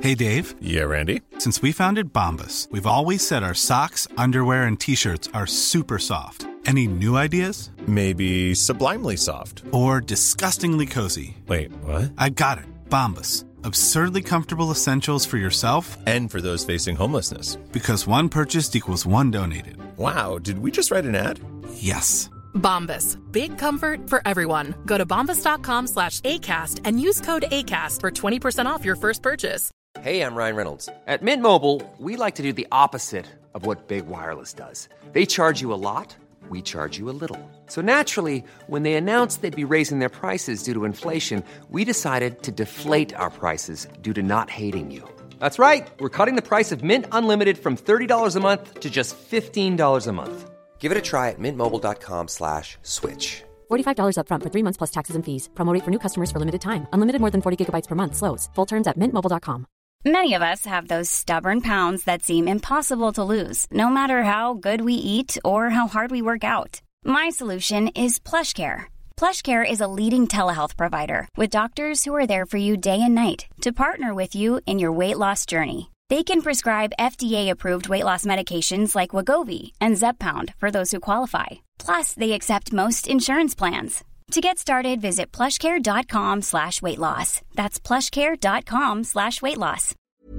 Hey, Dave. Yeah, Randy. Since we founded Bombas, we've always said our socks, underwear, and T-shirts are super soft. Any new ideas? Maybe sublimely soft. Or disgustingly cozy. Wait, what? I got it. Bombas. Absurdly comfortable essentials for yourself And for those facing homelessness. Because one purchased equals one donated. Wow, did we just write an ad? Yes. Bombas. Big comfort for everyone. Go to bombas.com/ACAST and use code ACAST for 20% off your first purchase. Hey, I'm Ryan Reynolds. At Mint Mobile, we like to do the opposite of what Big Wireless does. They charge you a lot, we charge you a little. So naturally, when they announced they'd be raising their prices due to inflation, we decided to deflate our prices due to not hating you. That's right. We're cutting the price of Mint Unlimited from $30 a month to just $15 a month. Give it a try at mintmobile.com/switch. $45 up front for 3 months plus taxes and fees. Promo rate for new customers for limited time. Unlimited more than 40 gigabytes per month. Slows full terms at mintmobile.com. Many of us have those stubborn pounds that seem impossible to lose, no matter how good we eat or how hard we work out. My solution is PlushCare. PlushCare is a leading telehealth provider with doctors who are there for you day and night to partner with you in your weight loss journey. They can prescribe FDA-approved weight loss medications like Wegovy and Zepbound for those who qualify. Plus, they accept most insurance plans. To get started, visit plushcare.com/weightloss. That's plushcare.com/weightloss.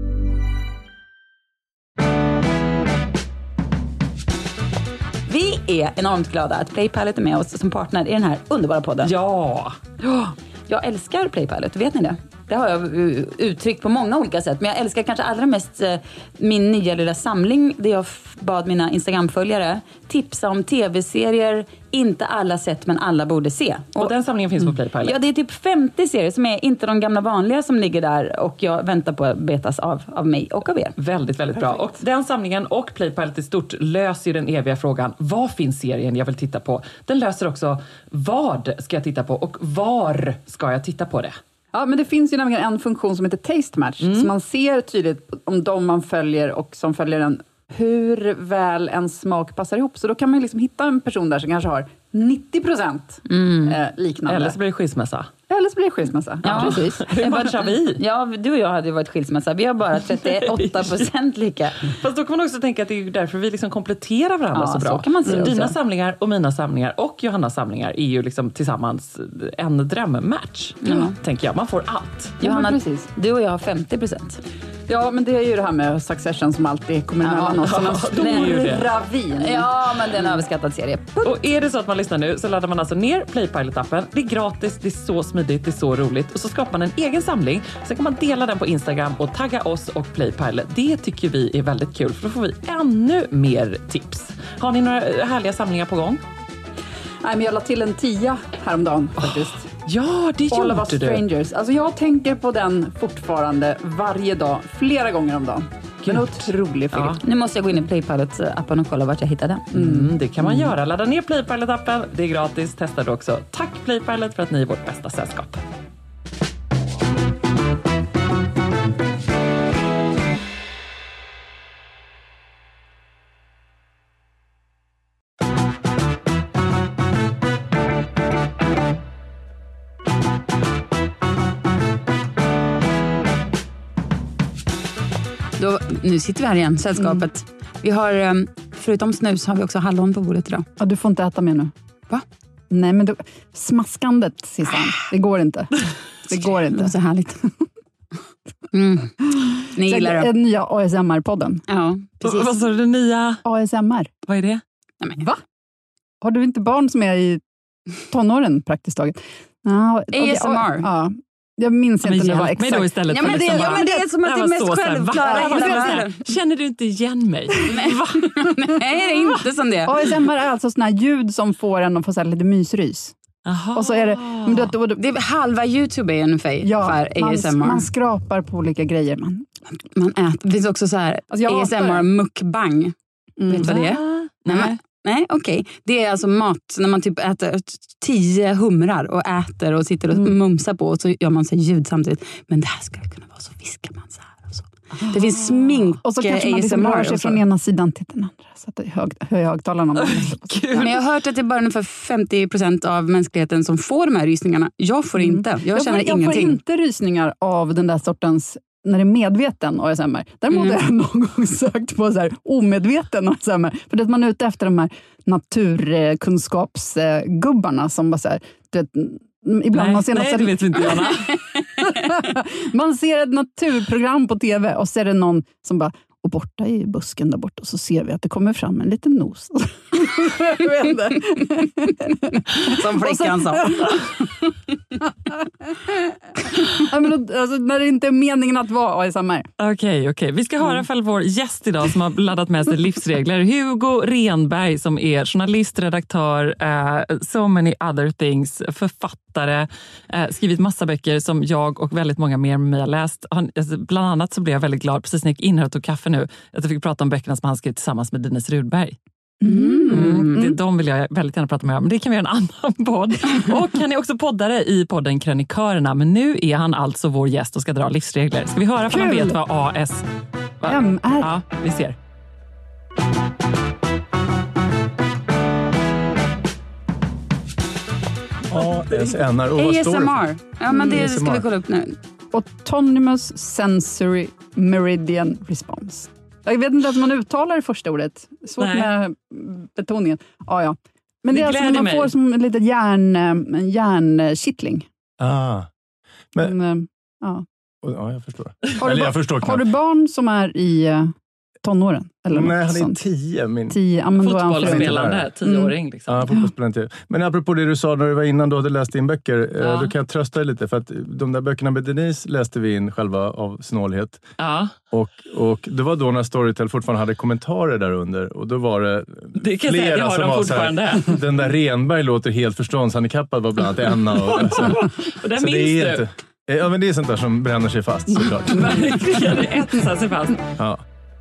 Vi är enormt glada att Playpilot är med oss som partner i den här underbara podden. Ja! Jag älskar Playpilot, vet ni det? Det har jag uttryckt på många olika sätt. Men jag älskar kanske allra mest min nya lilla samling där jag bad mina Instagram-följare tipsa om tv-serier inte alla sett men alla borde se. Och den samlingen finns på Playpilot? Ja, det är typ 50 serier som är inte de gamla vanliga som ligger där och jag väntar på att betas av mig och av er. Väldigt, väldigt bra. Och den samlingen och Playpilot i stort löser ju den eviga frågan: vad finns serien jag vill titta på? Den löser också: vad ska jag titta på och var ska jag titta på det? Ja, men det finns ju nämligen en funktion som heter Taste Match. Så man ser tydligt om de man följer och som följer den hur väl en smak passar ihop. Så då kan man liksom hitta en person där som kanske har 90% liknande. Eller så blir det skilsmässa. Ja, precis. Hur matchar vi? Ja, du och jag hade varit skilsmässa. Vi har bara 38% lika. Fast då kan man också tänka att det är därför vi liksom kompletterar varandra så bra. Så kan man se dina också. samlingar och mina samlingar och Johannas samlingar är ju liksom tillsammans en drömmatch. Tänker jag. Man får allt. Johanna, precis. du och jag har 50%. Ja, men det är ju det här med Succession som alltid kommer emellan oss. Som en stor ravin. Ja, men det är en överskattad serie. Och är det så att man lyssnar nu så laddar man alltså ner Playpilot-appen. Det är gratis, det är så smidigt, det är så roligt. Och så skapar man en egen samling. Sen kan man dela den på Instagram och tagga oss och Playpilot. Det tycker vi är väldigt kul för då får vi ännu mer tips. Har ni några härliga samlingar på gång? Nej, men jag la till en 10 häromdagen faktiskt. Ja, det All of gjorde Us du. Strangers. Alltså jag tänker på den fortfarande varje dag, flera gånger om dagen. En otrolig film. Nu måste jag gå in i Playpilot-appen och kolla vart jag hittar den. Det kan man göra. Ladda ner Playpilot-appen. Det är gratis. Testa det också. Tack Playpilot för att ni är vårt bästa sällskap. Nu sitter vi här igen, sällskapet. Vi har, förutom snus, har vi också hallon på bordet idag. Ja, du får inte äta mer nu. Va? Nej, men smaskandet, Sissan. Det går inte. Det går inte. Det var så härligt. Ni gillar det. Den nya ASMR-podden. Ja, precis. Vad sa du, den nya? ASMR. Vad är det? Nej, men. Va? Har du inte barn som är i tonåren praktiskt taget? ASMR. Ja. Jag minns inte nu vad mig exakt. då istället. Ja, men det är som att det är mest självklara i hela världen. Känner du inte igen mig? Nej, det är inte som det. ASMR är alltså såna här ljud som får en att få så här lite mysrys. Aha. Och så är det... Men det är halva YouTube är ungefär ASMR. Man skrapar på olika grejer. Man äter. Det finsk också så här ASMR mukbang. Vet du vad det är? Nej, okej. Det är alltså mat när man typ äter 10 humrar och äter och sitter och mumsar på och så gör man så ljud samtidigt. Men det här ska kunna vara så viskar man så här och så. Det finns smink och så kanske man liksom rör sig från ena sidan till den andra så att det är högtalarna. Men jag har hört att det är bara ungefär 50% av mänskligheten som får de här rysningarna. Jag får inte. Jag känner ingenting. Jag får inte rysningar av den där sortens när det är medveten ASMR. Däremot har jag någon gång sökt på så här omedveten ASMR. För att man är ute efter de här naturkunskapsgubbarna som bara så här, ibland man ser något det vet inte Johanna. Man ser ett naturprogram på tv och så är det någon som bara, och borta i busken där borta så ser vi att det kommer fram en liten nos. Jag vet inte. Som flickan sa. Ja, men alltså, när det inte är meningen att vara ASMR. Okej. Vi ska höra ifall vår gäst idag som har laddat med sig livsregler. Hugo Renberg som är journalist, redaktör, so many other things, författare, skrivit massa böcker som jag och väldigt många mer med mig har läst. Bland annat så blev jag väldigt glad precis när jag gick in här och tog kaffe nu att jag fick prata om böckerna som han skrev tillsammans med Dennis Rudberg. De vill jag väldigt gärna prata med om, men det kan vi göra en annan podd. Och han är också poddare i podden Krönikörerna, men nu är han alltså vår gäst och ska dra livsregler. Ska vi höra för han vet vad ASMR? Ja, vi ser. ASMR. Och vad står det för? Ja, men det ska vi kolla upp nu. Autonomous Sensory Meridian Response. Jag vet inte att man uttalar det första ordet. Svårt med betoningen. Ja. Men det är alltså när man får som en liten hjärnkittling. Men ja, jag förstår. Har du barn som är i tonåren? Eller nej, han är 10. 10, fotbollsspelande 10-åring. Liksom. Ja, fotbollsspelande. Men apropå det du sa när du var innan du hade läst in böcker, då kan jag trösta dig lite. För att de där böckerna med Denise läste vi in själva av snålhet. Ja. Och det var då när Storytel fortfarande hade kommentarer där under. Och då var det kan flera säga, det som var fortfarande. Så här, den där Renberg låter helt förståndshandikappad var bland annat Enna. Och det minns du. Inte, ja, men det är sånt där som bränner sig fast såklart. Verkligen, det etsar sig fast. Ja.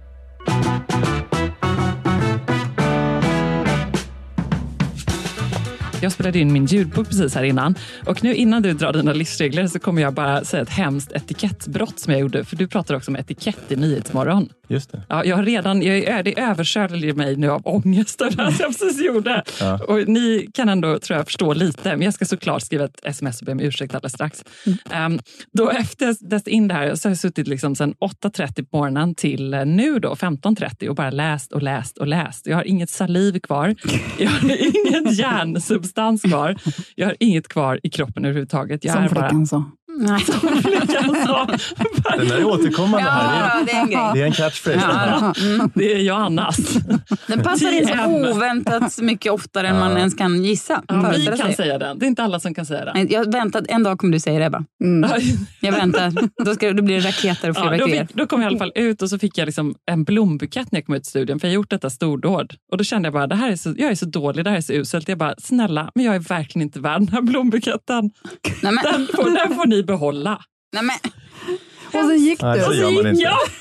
Jag spelade in min ljudbok precis här innan. Och nu innan du drar dina livsregler så kommer jag bara säga ett hemskt etikettbrott som jag gjorde. För du pratar också om etikett i Nyhetsmorgon. Just det. Ja, det överkörde mig nu av ångest av det här som jag precis gjorde. Ja. Och ni kan ändå, tror jag, förstå lite. Men jag ska såklart skriva ett sms och be om ursäkt alldeles strax. Då efter dess in det här så har jag suttit liksom sedan 8:30 på morgonen till nu då 15:30 och bara läst. Jag har inget saliv kvar. Jag har ingen hjärnsubstans kvar. Jag har inget kvar i kroppen överhuvudtaget. Som flickan sa. Nej, den där är återkommande här. Det är en catchphrase. Det är Johannas. Den passar in så oväntat mycket oftare än man ens kan gissa. Vi kan säga den. Det är inte alla som kan säga den. Jag väntat, en dag kommer du säga det, Ebba. Jag väntar. Då blir det raketer och fyrverkerier. Då kom jag i alla fall ut och så fick jag liksom en blombukett när jag kom ut i studion. För jag har gjort detta stordåd. Och då kände jag bara, jag är så dålig, det här är så uselt. Jag bara, snälla, men jag är verkligen inte värd den här blombuketten. Den får ni behålla. Nämen. Och så gick du. Nej, så gör man inte.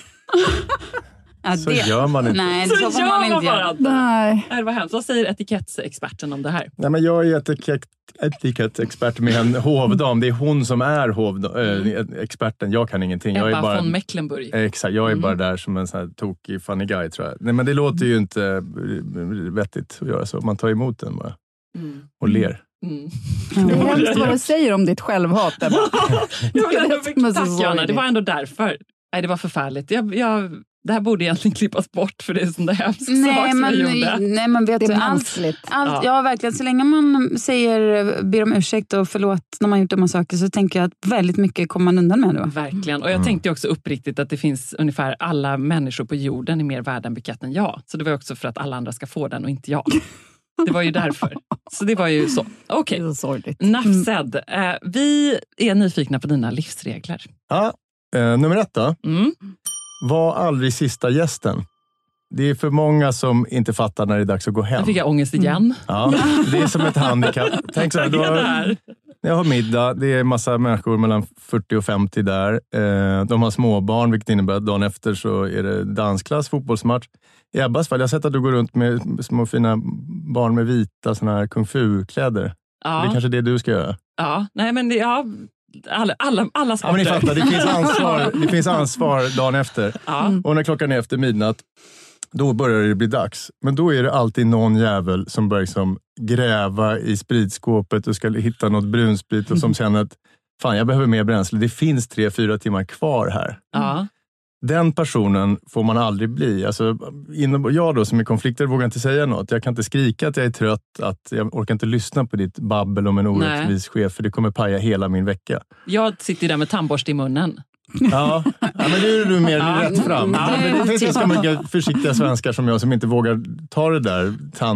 Så gör man inte. Nej, så får man inte göra. Nej. Det var hemskt. Vad säger etikettsexperten om det här? Nej, men jag är etikettexpert med en hovdam. Det är hon som är experten. Jag kan ingenting. Ebba jag är bara von Mecklenburg. Exakt, jag är bara där som en sån här tokig funny guy, tror jag. Nej, men det låter ju inte vettigt att göra så. Man tar emot den bara och ler. Det är hemskt vad du säger om ditt självhat. Tack, Johanna. Det var ändå därför. Nej, det var förfärligt. Det här borde egentligen klippas bort för det är sån där hemsk sak som jag gjorde. Nej, man vet det är ju mänskligt. Ja, verkligen. Så länge man ber om ursäkt och förlåt när man gjort dumma saker så tänker jag att väldigt mycket kommer man undan med då. Verkligen. Och jag tänkte också uppriktigt att det finns ungefär alla människor på jorden är mer värda en bukett än jag. Så det var också för att alla andra ska få den och inte jag. Det var ju därför. Så det var ju så. Okej. Nafsed. Vi är nyfikna på dina livsregler. Ja, nummer 1 då. Var aldrig sista gästen. Det är för många som inte fattar när det är dags att gå hem. Nu fick jag ångest igen. Ja, det är som ett handikapp. Tänk så här, jag har middag. Det är massa människor mellan 40 och 50 där. De har småbarn, vilket innebär att dagen efter så är det dansklass, fotbollsmatch. I Ebbas fall, jag har sett att du går runt med små fina barn med vita såna här kung fu-kläder. Ja. Det är kanske det du ska göra. Ja, nej men alla sporter. Ja, men ni fattar, det finns ansvar dagen efter. Ja. Och när klockan är efter midnatt, då börjar det bli dags. Men då är det alltid någon jävel som börjar liksom gräva i spritskåpet och ska hitta något brunsprit och som känner att fan jag behöver mer bränsle, det finns 3-4 timmar kvar här. Ja. Den personen får man aldrig bli. Alltså, jag då som är konflikter vågar inte säga något. Jag kan inte skrika att jag är trött, att jag orkar inte lyssna på ditt babbel om en orättvis chef, för det kommer paja hela min vecka. Jag sitter där med tandborst i munnen. Ja, men nu är du mer rätt fram. Men det finns ganska mycket försiktiga svenskar som jag som inte vågar ta det där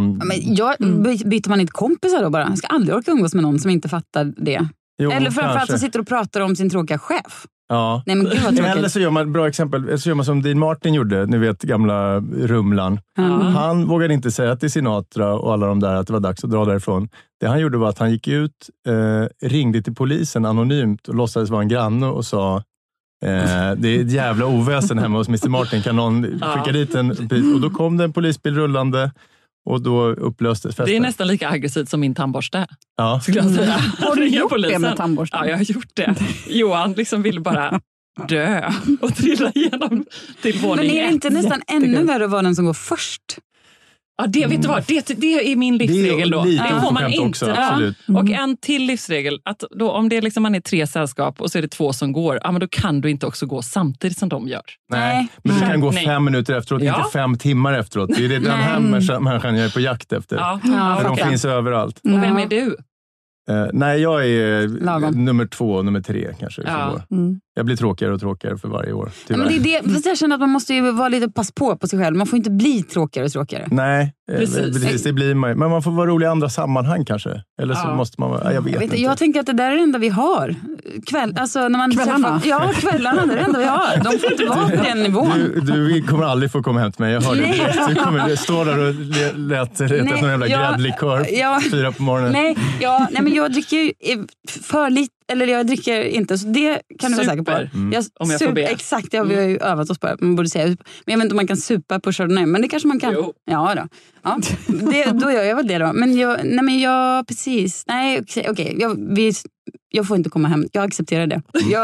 byter man inte kompisar då bara? Jag ska aldrig orka umgås med någon som inte fattar det. Jo, eller framförallt som sitter och pratar om sin tråkiga chef. Ja. Nej, men gud vad tråkigt. Eller så gör man, bra exempel, så gör man som Dean Martin gjorde, ni vet gamla Rumlan. Han vågade inte säga till Sinatra och alla de där att det var dags att dra därifrån. Det han gjorde var att han gick ut, ringde till polisen anonymt och låtsades vara en granne och sa det är ett jävla oväsen hemma hos Mr. Martin, kan någon skicka dit en bil? Och då kom det en polisbil rullande och då upplöstes festen. Det är nästan lika aggressivt som min tandborste. Ja. Skulle jag säga. Har du gjort det med tandborsten? Ja, jag har gjort det. Johan liksom vill bara dö och trilla igenom till våning. Men är det inte nästan ännu värre att vara den som går först? Ja, det vet du vad, det är min livsregel då. Det får man inte. Också, och en till livsregel, att då, om det är liksom man är 3 sällskap och så är det 2 som går, men då kan du inte också gå samtidigt som de gör. Nej, men du kan gå 5 minuter efteråt, inte 5 timmar efteråt. Det är den här människan jag är på jakt efter. För de finns överallt. Och vem är du? Nej, jag är nummer 2, nummer 3 kanske. Jag blir tråkigare och tråkigare för varje år. Ja, men det är det, jag känner att man måste ju vara lite pass på sig själv. Man får inte bli tråkigare och tråkigare. Nej, precis, det blir man. Men man får vara rolig i andra sammanhang kanske. Eller så måste man vara, jag vet inte. Jag tänker att det där är det enda vi har. Alltså, när man kvällarna. Kvällarna, det är det enda vi har. De får inte vara på den nivån. Du kommer aldrig få komma hem till mig. Jag hörde direkt. Du kommer stå där och lät någon jävla gräddlikör 4 på morgonen. Nej, men jag dricker ju för lite. Eller jag dricker inte, så det kan du vara säker på. Om jag får be. Exakt, vi har ju övat oss på det. Man borde säga. Men jag vet inte om man kan supa på Chardonnay, men det kanske man kan. Jo. Ja då. Ja, då gör jag väl det då. Men jag precis. Nej, okej. Jag får inte komma hem. Jag accepterar det.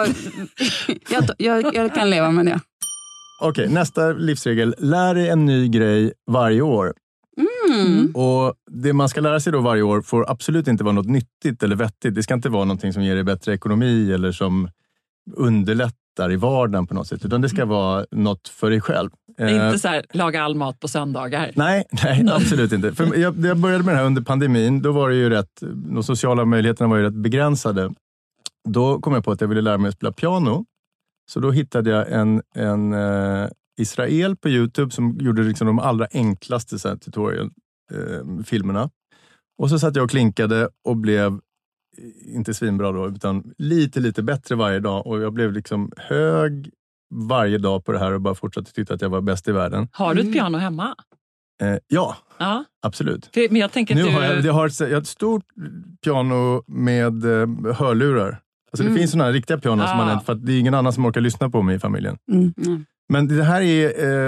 Jag kan leva med det. Okej, nästa livsregel. Lär dig en ny grej varje år. Och det man ska lära sig då varje år får absolut inte vara något nyttigt eller vettigt. Det ska inte vara någonting som ger dig bättre ekonomi eller som underlättar i vardagen på något sätt. Utan det ska vara något för dig själv. Det är inte så här, laga all mat på söndagar. Nej, absolut inte. För jag började med det här under pandemin. Då var det ju de sociala möjligheterna var ju rätt begränsade. Då kom jag på att jag ville lära mig att spela piano. Så då hittade jag en Israel på YouTube som gjorde liksom de allra enklaste tutorial-filmerna. Och så satt jag och klinkade och blev inte svinbra då, utan lite bättre varje dag. Och jag blev liksom hög varje dag på det här och bara fortsatte tycka att jag var bäst i världen. Har du ett piano hemma? Ja, absolut. Men jag tänker jag har ett stort piano med hörlurar. Alltså det finns sådana här riktiga pianon som man för att det är ingen annan som orkar lyssna på mig i familjen. Men det här är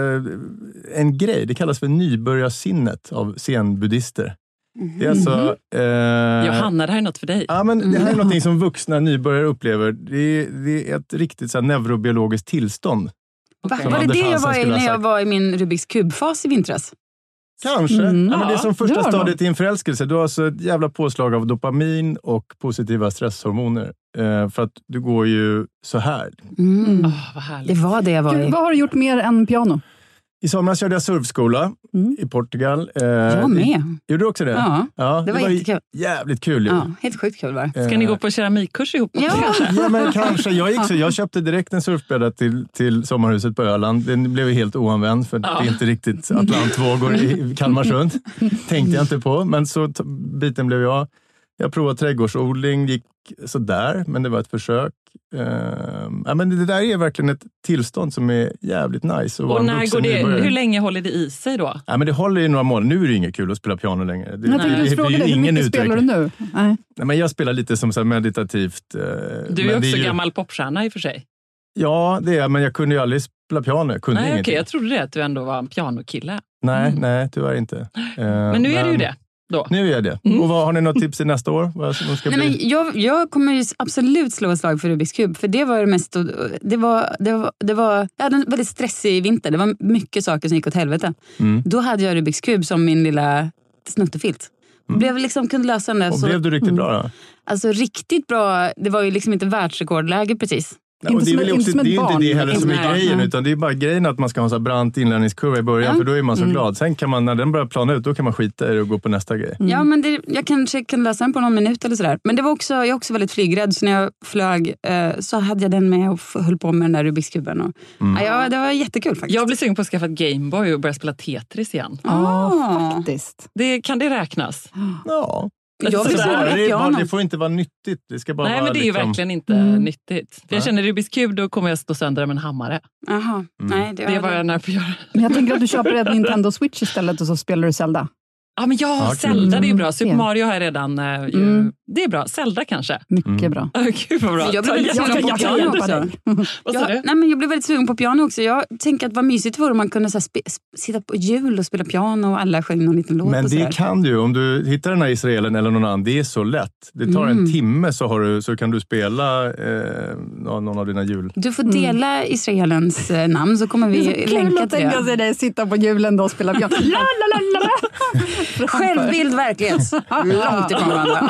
en grej, det kallas för nybörjarsinnet av zen-buddhister. Det är alltså... Johanna, det här är något för dig. Ja, men det här är någonting som vuxna nybörjare upplever. Det är ett riktigt så här neurobiologiskt tillstånd. Okay. Var det det jag var i när jag var i min Rubiks kubfas i vintras? Kanske. Men det är som första stadiet i en förälskelse. Du har alltså ett jävla påslag av dopamin och positiva stresshormoner. För att du går ju så här. Vad härligt. Det var det jag var i. Vad har du gjort mer än piano? I somras körde jag surfskola i Portugal. Jag med. Gjorde du också det? Ja, det var jättekul. Jävligt kul. Ja, helt sjukt kul var det. Ska ni gå på keramikkurs ihop? Ja, men kanske. Jag köpte direkt en surfbräda till sommarhuset på Öland. Den blev helt oanvänd för det är inte riktigt Atlantvågor i Kalmarsund. Tänkte jag inte på, men så biten blev jag. Jag provade trädgårdsodling, gick så där, men det var ett försök. Men det där är verkligen ett tillstånd som är jävligt nice. Och när går det, hur länge håller det i sig då? Ja, men det håller i några månader. Nu är det inget kul att spela piano längre. Jag tänkte just fråga dig, hur mycket spelar du nu? Nej, men jag spelar lite som så här meditativt. Du är också gammal popstjärna i och för sig. Ja, det är men jag kunde ju aldrig spela piano. Nej, jag trodde det att du ändå var en pianokille. Nej, tyvärr inte. Men nu är du ju det. Då. Nu är det. Och har ni något tips i nästa år? Men jag kommer ju absolut slå ett slag för Rubiks kub. För det var det mest... Jag hade en väldigt stressig vinter. Det var mycket saker som gick åt helvete. Då hade jag Rubiks kub som min lilla snuttefilt. Blev liksom, kunde lösa den där. Och blev du riktigt bra då? Alltså riktigt bra, det var ju liksom inte världsrekordläge precis. Ja, det är inte det heller som är grejen, utan det är bara grejen att man ska ha en så brant inlärningskurva i början, för då är man så glad. Sen kan man, när den börjar plana ut, då kan man skita i det och gå på nästa grej. Ja, men jag kanske kan läsa den på någon minut eller sådär. Men det var också, jag är också väldigt flygrädd, så när jag flög så hade jag den med och höll på med den där Rubiks-kuben. Och, ja, det var jättekul faktiskt. Jag blir sugen på att skaffa ett Gameboy och börja spela Tetris igen. Faktiskt. Kan det räknas? Ja. Det får inte vara nyttigt. Det ska bara Nej, vara men det är ju liksom... verkligen inte nyttigt. För jag känner Rubiks kub, då kommer jag stå sönder med en hammare. Jaha, nej. Det är vad jag när får göra. Men jag tänker att du köper ett Nintendo Switch istället och så spelar du Zelda. Ja, men Zelda, det är ju bra. Super Mario har jag redan... det är bra. Zelda kanske. Mycket bra. Gud vad bra. Jag blev väldigt sugen på piano också. Jag blev väldigt sugen på piano också. Jag tänker att vad mysigt vore om man kunde sitta på jul och spela piano och alla sjöng någon liten låt. Men och det kan du, om du hittar den här israelen eller någon annan, det är så lätt. Det tar en timme så kan du spela någon av dina jul. Du får dela israelens namn, så kommer vi länka till det. Kul att tänka sig dig sitta på julen då och spela piano. Självbild, verklighet. Långt ifrån varandra.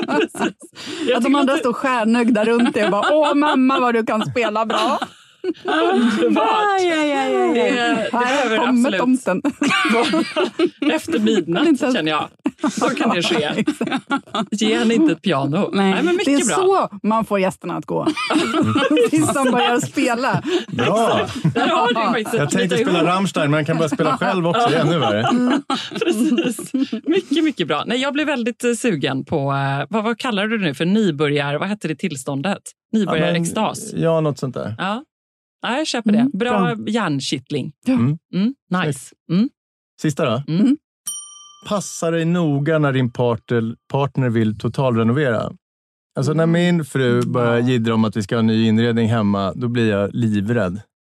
Att de andra står stjärnögda runt det och bara, åh mamma vad du kan spela bra. Underbart. Det behöver absolut tomten. Efter midnatt känner jag. Då kan det ske. Ge henne inte ett piano. Nej, men mycket det är bra. Så man får gästerna att gå. Tills de börjar spela. Bra. Jag tänkte spela Rammstein, men man kan bara spela själv också. Det är ännu värre. Precis. Mycket, mycket bra. Nej, jag blev väldigt sugen på, vad kallar du det nu för nybörjar? Vad heter det tillståndet? Nybörjar-extas. Ja, något sånt där. Ja, jag köper det. Bra hjärnkittling. Nice. Sista då? Passa dig noga när din partner vill totalrenovera. Alltså när min fru börjar jiddra om att vi ska ha en ny inredning hemma, då blir jag livrädd.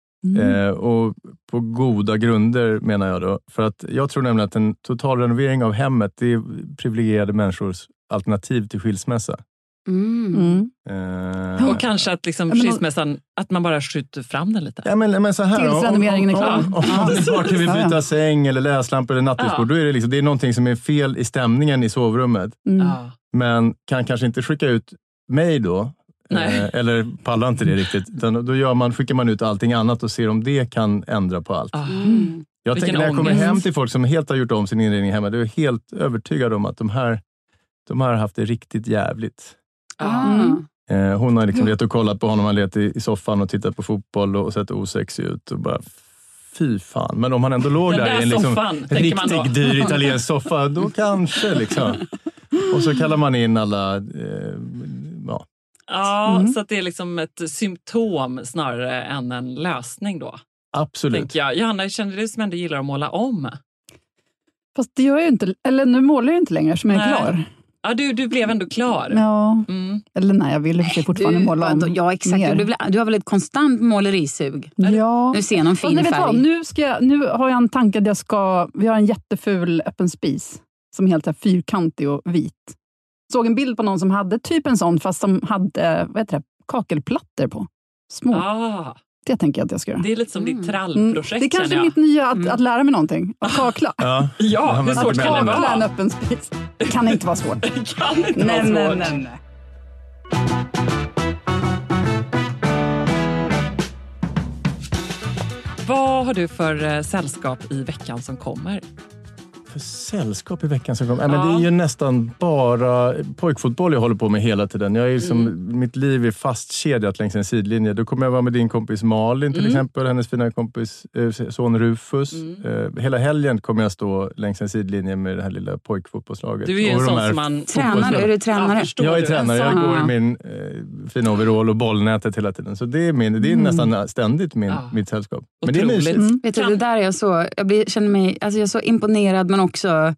Och på goda grunder menar jag då. För att jag tror nämligen att en totalrenovering av hemmet, det är privilegierade människors alternativ till skilsmässa. Och kanske att liksom skilsmässan, att man bara skjuter fram den lite. Ja, men så här, tills renoveringen är klar. Om man vill byta säng eller läslampor eller nattduksbord, då är det liksom, det är någonting som är fel i stämningen i sovrummet. Men kan kanske inte skicka ut mig då. Eller pallar inte det riktigt. Utan då skickar man ut allting annat och ser om det kan ändra på allt. Jag tänker när jag kommer hem till folk som helt har gjort om sin inredning hemma, då är jag helt övertygad om att de har haft det riktigt jävligt. Hon har liksom letat och kollat på honom, han letat i soffan och tittat på fotboll och sett osexig ut och bara fy fan. Men om han ändå låg där i en liksom riktigt dyr italiensk soffa, då kanske liksom. Och så kallar man in alla så att det är liksom ett symptom snarare än en lösning då. Absolut. Jag. Johanna, känner du som ändå gillar att måla om? Fast det gör jag ju inte, eller nu målar jag inte längre som jag är klar. Ja, du blev ändå klar. Ja, eller nej, jag vill fortfarande måla om. Ja, exakt. Du har väl ett konstant målerisug? Ja. Nu ser någon fin färg. Nu har jag en tanke att vi har en jätteful öppen spis som är helt här fyrkantig och vit. Såg en bild på någon som hade typ en sån, fast som hade kakelplattor på. Små. Det tänker jag att jag ska göra. Det är lite som ditt trallprojekt. Det är kanske mitt nya att lära mig någonting. Att kakla. Hur svårt kan det vara? Kakla en öppen spis. Det kan inte vara svårt. Det kan inte vara svårt. Nej. Vad har du för sällskap i veckan som kommer? För sällskap i veckan som kommer? Men det är ju nästan bara pojkfotboll jag håller på med hela tiden. Jag är mitt liv är fastkedjat längs en sidlinje. Då kommer jag vara med din kompis Malin till exempel. Hennes fina kompis son Rufus. Hela helgen kommer jag stå längs en sidlinje med det här lilla pojkfotbollslaget. Du är ju en sån som man... Tränare, är du tränare? Jag är tränare. Jag går i min fina overall och bollnätet hela tiden. Så det är nästan ständigt mitt sällskap. Men det är mysigt. Vet du, det där är jag så... känner mig... Alltså jag är så imponerad, men också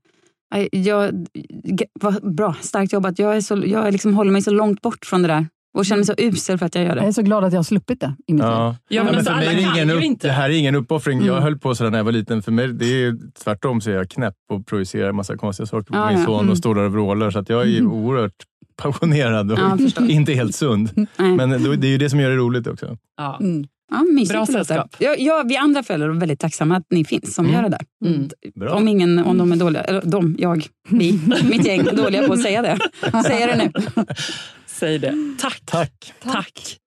bra, starkt jobbat. Jag liksom håller mig så långt bort från det där och känner mig så usel för att jag gör det. Jag är så glad att jag har sluppit det i mitt liv. Men alltså, för mig är det här är ingen uppoffring. Jag höll på sådär när jag var liten. För mig det är tvärtom, så är jag knäpp och projicerar en massa konstiga saker på min son och står där och vrålar, så att jag är oerhört passionerad och inte helt sund. Men det är ju det som gör det roligt också. Ja, mysigt. Bra sällskap. Vi andra föräldrar är väldigt tacksamma att ni finns som gör det där. Om de är dåliga, eller mitt gäng är dåliga på att säga det. Säg det nu. Säg det. Tack.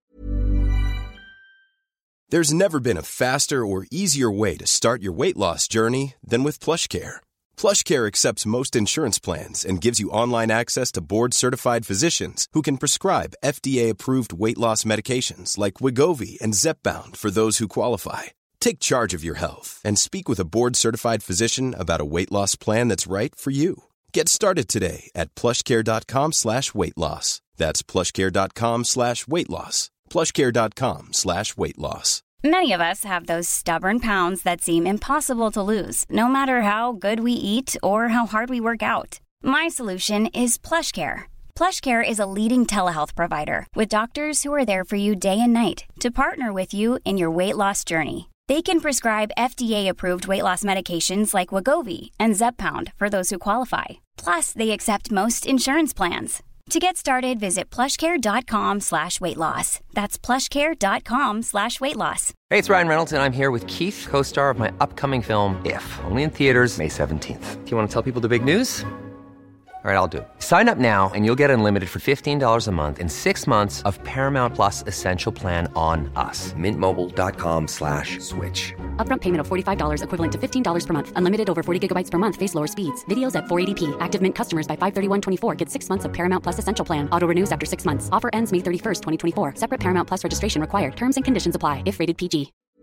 There's never been a faster or easier way to start your weight loss journey than with PlushCare. PlushCare accepts most insurance plans and gives you online access to board-certified physicians who can prescribe FDA-approved weight loss medications like Wegovy and Zepbound for those who qualify. Take charge of your health and speak with a board-certified physician about a weight loss plan that's right for you. Get started today at plushcare.com/weightloss. That's plushcare.com/weightloss. plushcare.com/weightloss. Many of us have those stubborn pounds that seem impossible to lose, no matter how good we eat or how hard we work out. My solution is PlushCare. PlushCare is a leading telehealth provider with doctors who are there for you day and night to partner with you in your weight loss journey. They can prescribe FDA-approved weight loss medications like Wegovy and Zepbound for those who qualify. Plus, they accept most insurance plans. To get started, visit plushcare.com/weightloss. That's plushcare.com/weightloss. Hey, it's Ryan Reynolds, and I'm here with Keith, co-star of my upcoming film, If, only in theaters May 17th. Do you want to tell people the big news? All right, I'll do it. Sign up now and you'll get unlimited for $15 a month and 6 months of Paramount Plus Essential Plan on us. Mintmobile.com/switch. Upfront payment of $45 equivalent to $15 per month. Unlimited over 40 gigabytes per month. Face lower speeds. Videos at 480p. Active Mint customers by 531.24 get 6 months of Paramount Plus Essential Plan. Auto renews after 6 months. Offer ends May 31st, 2024. Separate Paramount Plus registration required. Terms and conditions apply if rated PG.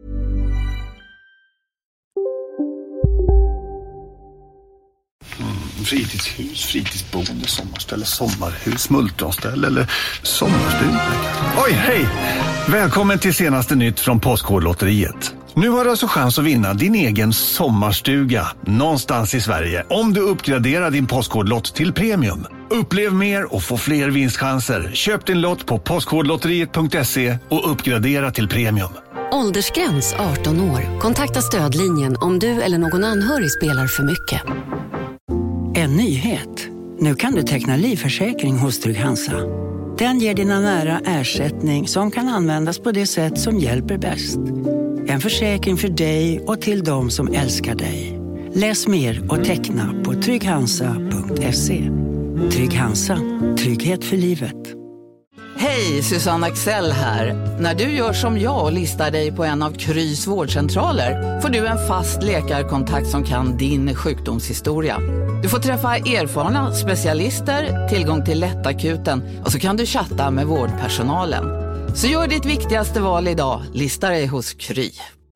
Fritidshus, fritidsboende, sommarställe, sommarhus, multronställe eller sommarstuga. Oj, hej! Välkommen till senaste nytt från Postkodlotteriet. Nu har du alltså chans att vinna din egen sommarstuga någonstans i Sverige om du uppgraderar din Postkodlott till premium. Upplev mer och få fler vinstchanser. Köp din lott på postkodlotteriet.se och uppgradera till premium. Åldersgräns 18 år. Kontakta stödlinjen om du eller någon anhörig spelar för mycket. En nyhet. Nu kan du teckna livförsäkring hos Trygg-Hansa. Den ger dina nära ersättning som kan användas på det sätt som hjälper bäst. En försäkring för dig och till de som älskar dig. Läs mer och teckna på trygghansa.se. Trygg-Hansa. Trygghet för livet. Hej, Susanne Axel här. När du gör som jag och listar dig på en av Krys vårdcentraler får du en fast läkarkontakt som kan din sjukdomshistoria. Du får träffa erfarna specialister, tillgång till lättakuten och så kan du chatta med vårdpersonalen. Så gör ditt viktigaste val idag, lista dig hos Kry.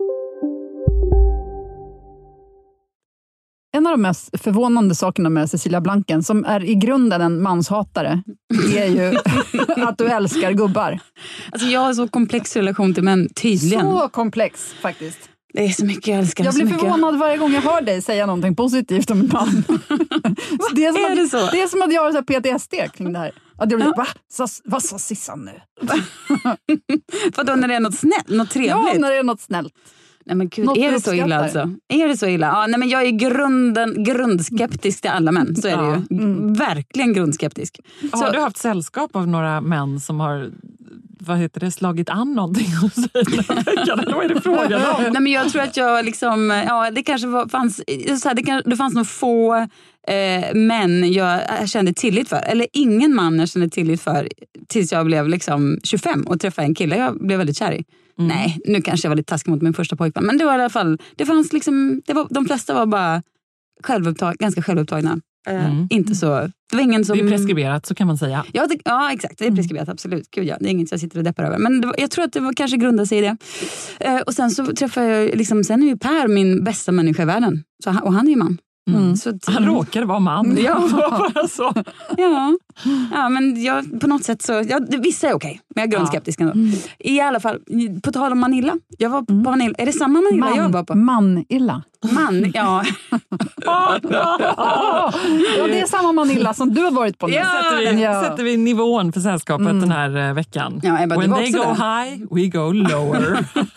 En av de mest förvånande sakerna med Cecilia Blanken, som är i grunden en manshatare, är ju att du älskar gubbar. Alltså jag har så komplex relation till män, tydligen. Så komplex, faktiskt. Det är så mycket jag älskar. Jag blir förvånad varje gång jag hör dig säga någonting positivt om en man. Det är som att jag har så PTSD kring det här. Att jag blir, vad sa Sissan nu? Vadå, när det är något snällt, något trevligt? Ja, när det är något snällt. Nej men gud, är det så illa alltså? Är det så illa? Ja, nej men jag är grundskeptisk till alla män, så är det ju. Verkligen grundskeptisk. Så, har du haft sällskap av några män som har slagit an någonting? Vad är det frågan om? Nej men jag tror att jag liksom, det kanske fanns det fanns nog få män jag kände tillit för. Eller ingen man jag kände tillit för tills jag blev liksom 25 och träffade en kille jag blev väldigt kär i. Nej, nu kanske jag var lite taskig mot min första pojkvän. Men det var i alla fall, det fanns liksom, de flesta var bara ganska självupptagna. Inte så, det var ingen som... Det är preskriberat, så kan man säga. Ja, exakt, det är preskriberat, absolut. Gud, ja, det är inget jag sitter och deppar över. Men jag tror att det kanske grundade sig i det. Och sen så träffade jag, liksom, sen är ju Per min bästa människa i världen. Och han är ju man. Så han råkade vara man. Ja, så. Ja, men jag, på något sätt så... vissa är okej, men jag är grundskeptisk ändå. I alla fall, på tal om Manilla. Jag var på Manilla. Är det samma Manilla jag var på? Manilla. Ja. Ja, det är samma Manilla som du har varit på nu. Sätter vi nivån för sällskapet den här veckan. Ja, When they go high, we go lower.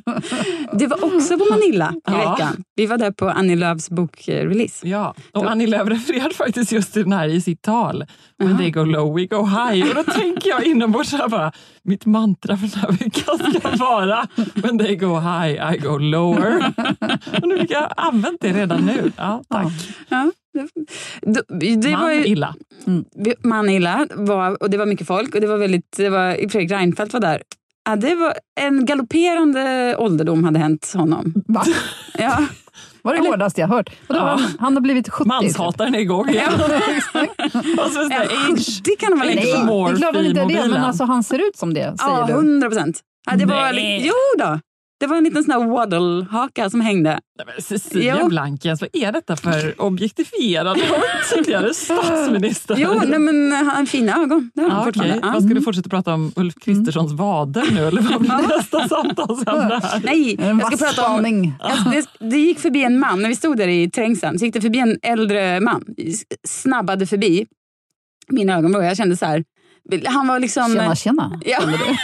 Det var också på Manila i veckan. Vi var där på Annie Lööfs bokrelease. Ja, och Annie Lööf refererade faktiskt just till den här i sitt tal. When they go low, we go high. Och då tänker jag inombords här bara, mitt mantra för den här veckan ska vara when they go high, I go lower. Och nu fick jag använt det redan nu. Ja, tack. Ja. Det var ju, Manila. Manila var, och det var mycket folk och det var Fredrik Reinfeldt var där. Ja, det var en galopperande ålderdom hade hänt honom. Va? Ja. Var det hårdaste jag hört? Han har blivit 70. Manshataren är igång igen. Och så det kan man väl inte vara. Det är klart han inte är det, men alltså han ser ut som det, säger du. 100%. Ja, det var jo då. Det var en liten sån här waddle-haka som hängde. Nej, men Cecilia Blankens, vad är detta för objektifierande tidigare statsminister? Jo, nej, men han har fina ögon. Det har han fortfarande. Okay. Vad ska du fortsätta prata om Ulf Kristerssons vader nu? Eller vad blir nästa samtalsämne här? Nej, jag ska prata om... Det gick förbi en man, när vi stod där i trängseln, så gick det förbi en äldre man. Snabbade förbi mina ögon och jag kände så här... Han var liksom... Tjena. Ja.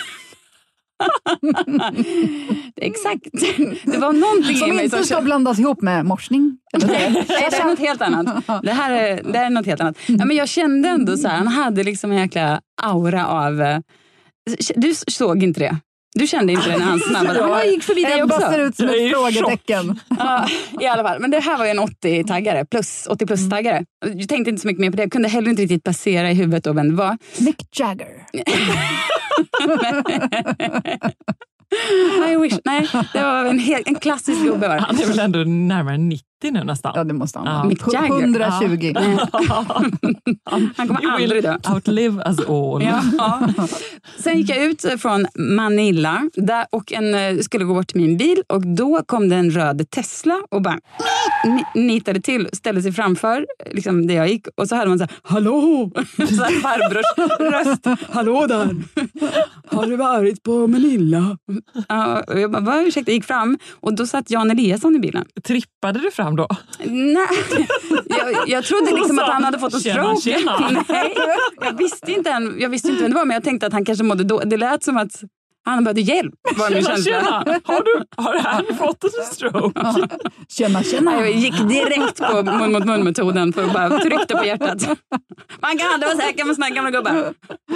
Exakt. Det var någonting som inte ska blandas ihop med morsning. Nej, det är något helt annat. Det är något helt annat. Ja, men jag kände ändå så här, han hade liksom en jäkla aura av... Du såg inte det? Du kände inte det när han snabbade? Jag gick förbi det och bara ser ut som ett frågetecken. Ja, i alla fall. Men det här var ju en 80-taggare, 80-plus-taggare. Jag tänkte inte så mycket mer på det. Jag kunde heller inte riktigt passera i huvudet av vem det var. Mick Jagger. I wish. Nej, det var en klassisk gubbe. Han är väl ändå närmare 90 nu nästan. Ja, det måste han vara. Mick Jagger. 120. Han kommer aldrig dö. Outlive us all. Ja. Sen gick jag ut från Manila där och skulle gå bort till min bil och då kom det en röd Tesla och bara nitade till, ställde sig framför liksom där jag gick och så hade man så här, hallå! Så här farbrors röst. Hallå där! Har du varit på Manila? Och jag bara, ursäkta, jag gick fram och då satt Jan Eliasson i bilen. Trippade du fram då? Nej, jag trodde liksom att han hade fått en stroke. Nej, jag visste inte vem det var, men jag tänkte att han kanske mådde då. Det lät som att han behövde hjälp. Tjena. Har han fått en stroke? Tjena. Jag gick direkt på mun-mot-mun-metoden för att bara tryckte på hjärtat. Man kan aldrig vara säker med såna gamla gubbar.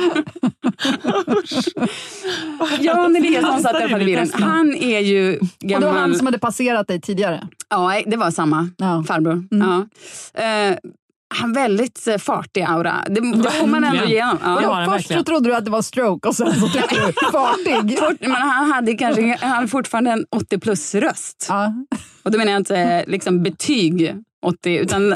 Jan Eliasson satt där på bilen. Han är ju gammal... Och det var han som hade passerat dig tidigare? Ja, det var samma farbror. Ja. Han väldigt fartig aura. Det får man ändå igenom. Ja. Först så trodde du att det var stroke och sen så tyckte du fartig. Men han hade fortfarande en 80-plus röst. Ja. Och då menar jag inte liksom betyg 80 utan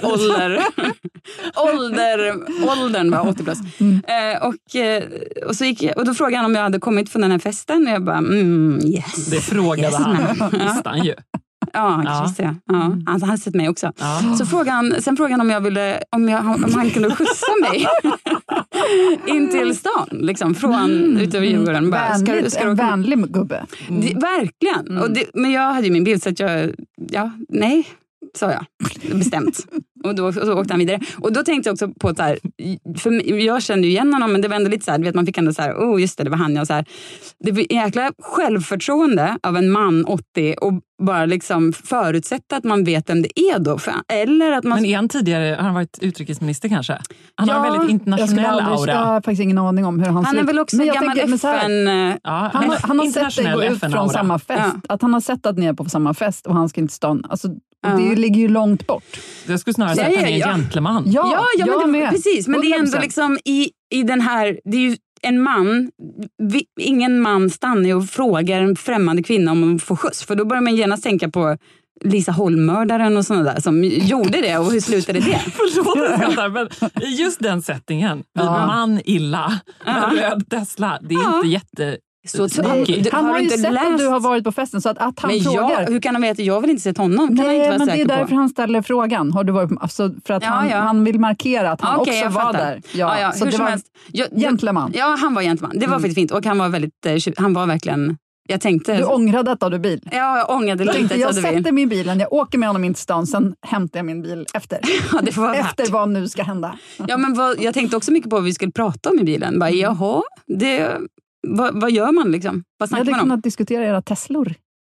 åldern var 80 plus. Och så gick jag, och då frågade han om jag hade kommit från den här festen och jag bara yes. Det frågade han nästan ju. Ja, just det. Ja. Han hade sett mig också. Ja. Så sen frågade han om han kunde skjutsa mig in till stan, liksom, från utöver Djurgården. En vänlig gubbe. Verkligen. Men jag hade ju min bild så att nej, sa jag. Bestämt. Och så åkte han vidare. Och då tänkte jag också på så här, för jag kände ju igen honom, men det var ändå lite så här, du vet, man fick ändå så här, just det var han, och så här. Det var jäkla självförtroende av en man 80 och bara liksom förutsätta att man vet vem det är då. Eller att man... Men är han tidigare, har han varit utrikesminister kanske? Han har en väldigt internationell aura. Jag har faktiskt ingen aning om hur han ser ut. Han är väl också gammal FN... Han har sett dig gå ut från samma fest. Ja. Att han har sett att ni är på samma fest och han ska inte stan. Alltså, det ligger ju långt bort. Jag skulle snarare säga att han är en gentleman. Ja, men precis. Men 100%. Det är ändå liksom i den här... Det är ju en man, ingen man stannar och frågar en främmande kvinna om hon får skjuts. För då börjar man genast tänka på Lisa Holm-mördaren och sådana där som gjorde det, och hur slutade det? Förlåt, men i just den settingen, man illa, röd Tesla, det är inte jätte... Han har ju sett att du har varit på festen, så att han frågar. Hur kan han veta? Jag vill inte sett honom. Kan Nej, inte vara men det är därför på. Han ställer frågan. Har du varit på, alltså, för att han vill markera att han också var där. Så det var gentleman. Ja, han var gentleman. Det var faktiskt fint. Och han var väldigt, han var verkligen... Jag tänkte... Du ångrade att du bil? Ja, jag ångrade lite. Jag sätter min bilen, jag åker med honom in till stan, sen hämtar jag min bil efter. Det får vara efter vad nu ska hända. Ja, men jag tänkte också mycket på vad vi skulle prata om i bilen. Bara, jaha, vad gör man liksom? Vad snackar man om? Jag hade kunnat diskutera era Teslor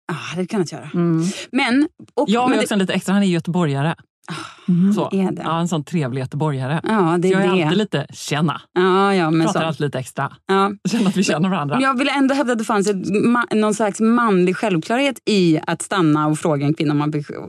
Ja, det kan jag göra. Men... Jag är också en lite extra, han är göteborgare. Så. Är det? Ja, en sån trevlig göteborgare. Ja, det är så jag är det. alltid lite känna. Ja, men pratar så. alltid lite extra. Ja. Känner att vi känner varandra. Jag vill ändå hävda att det fanns någon slags manlig självklarhet i att stanna och fråga en kvinna om man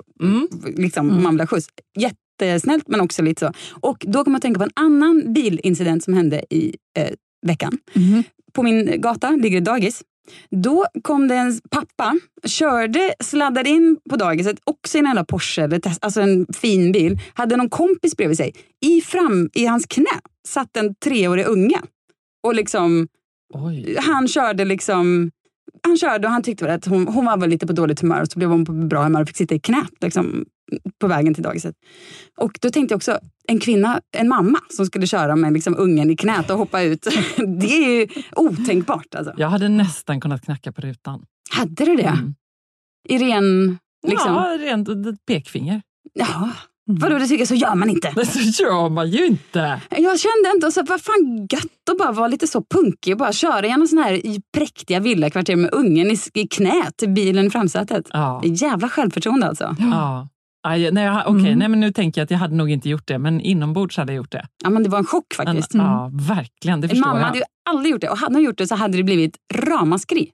vill ha skjuts. Jättesnällt, men också lite så. Och då kan man tänka på en annan bilincident som hände i veckan. På min gata ligger det dagis. Då kom det en pappa, sladdade in på dagiset, också i en jävla Porsche, alltså en fin bil, hade någon kompis bredvid sig. I hans knä satt en 3-årig unge. Och liksom, han körde och han tyckte att hon var väl lite på dåligt humör, och så blev hon på bra humör och fick sitta i knät liksom, på vägen till dagiset. Och då tänkte jag också, en mamma som skulle köra med liksom ungen i knät och hoppa ut. Det är ju otänkbart alltså. Jag hade nästan kunnat knacka på rutan. Hade du det? I ren... Liksom... Ja, rent pekfinger. Ja. Vadå, du tycker så gör man inte? Det så gör man ju inte. Jag kände inte, så vad fan gött att bara vara lite så punkig och bara köra genom sån här präktiga villakvarter med ungen i knät till bilen i framsätet. Ja. Jävla självförtroende alltså. Ja. Nej, men nu tänker jag att jag hade nog inte gjort det, men inombords hade jag gjort det. Ja, men det var en chock faktiskt. Ja, verkligen, det förstår jag. Mamma hade ju aldrig gjort det, och hade hon gjort det så hade det blivit ramaskri.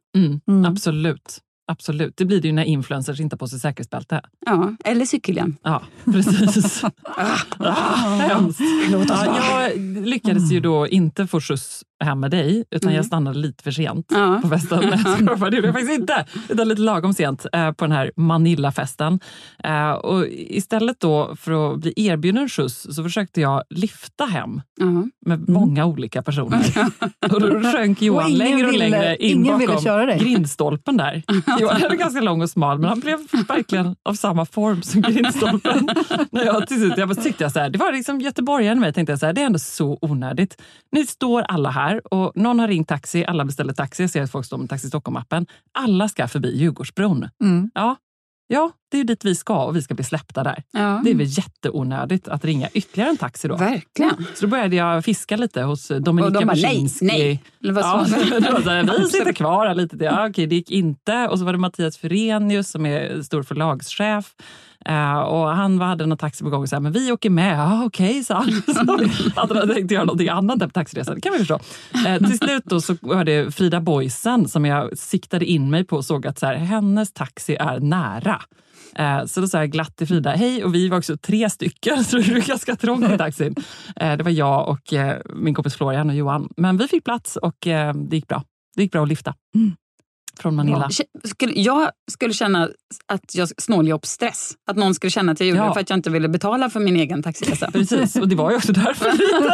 Absolut. Det blir det ju när influencers inte på sig säkerhetsbälte. Ja, eller cykelhjälm. Ja, precis. Hemskt. Jag lyckades ju då inte få skjuts hem med dig, utan jag stannade lite för sent på festen. Det gjorde jag faktiskt inte. Utan lite lagom sent på den här Manila-festen. Och istället då för att bli erbjuden skjuts så försökte jag lyfta hem med många olika personer. Och då sjönk Johan längre och längre in bakom grindstolpen där. Johan är ganska lång och smal, men han blev verkligen av samma form som grindstolpen. När jag till slut, tyckte så här, det var liksom göteborgaren med mig, tänkte jag så här, det är ändå så onödigt. Nu står alla här och någon har ringt taxi, alla beställer taxi, jag ser att folk står med Taxi Stockholm-appen. Alla ska förbi Djurgårdsbron. Ja, det är ju dit vi ska, och vi ska bli släppta där. Ja. Det är väl jätteonödigt att ringa ytterligare en taxi då. Verkligen. Så då började jag fiska lite hos Dominika Berzinski. Nej. Vi sitter kvar här lite. Ja, okej, det gick inte. Och så var det Mattias Furenius som är stor förlagschef. Och han hade någon taxi på gång och sa, men vi åker med. Ja, okej, så att han tänkte göra någonting annat där på taxiresan. Det kan vi förstå. Till slut då så var det Frida Boysen som jag siktade in mig på och såg att så här, hennes taxi är nära. Så då sa jag glatt till Frida, hej, och vi var också 3 stycken, så det var ganska trångt i taxin. Det var jag och min kompis Florian och Johan. Men vi fick plats och det gick bra. Det gick bra att lyfta. Från Manila. Jag skulle känna att jag snåljobbsstress. Att någon skulle känna att jag gjorde det för att jag inte ville betala för min egen taxiresa. Precis, och det var ju också därför.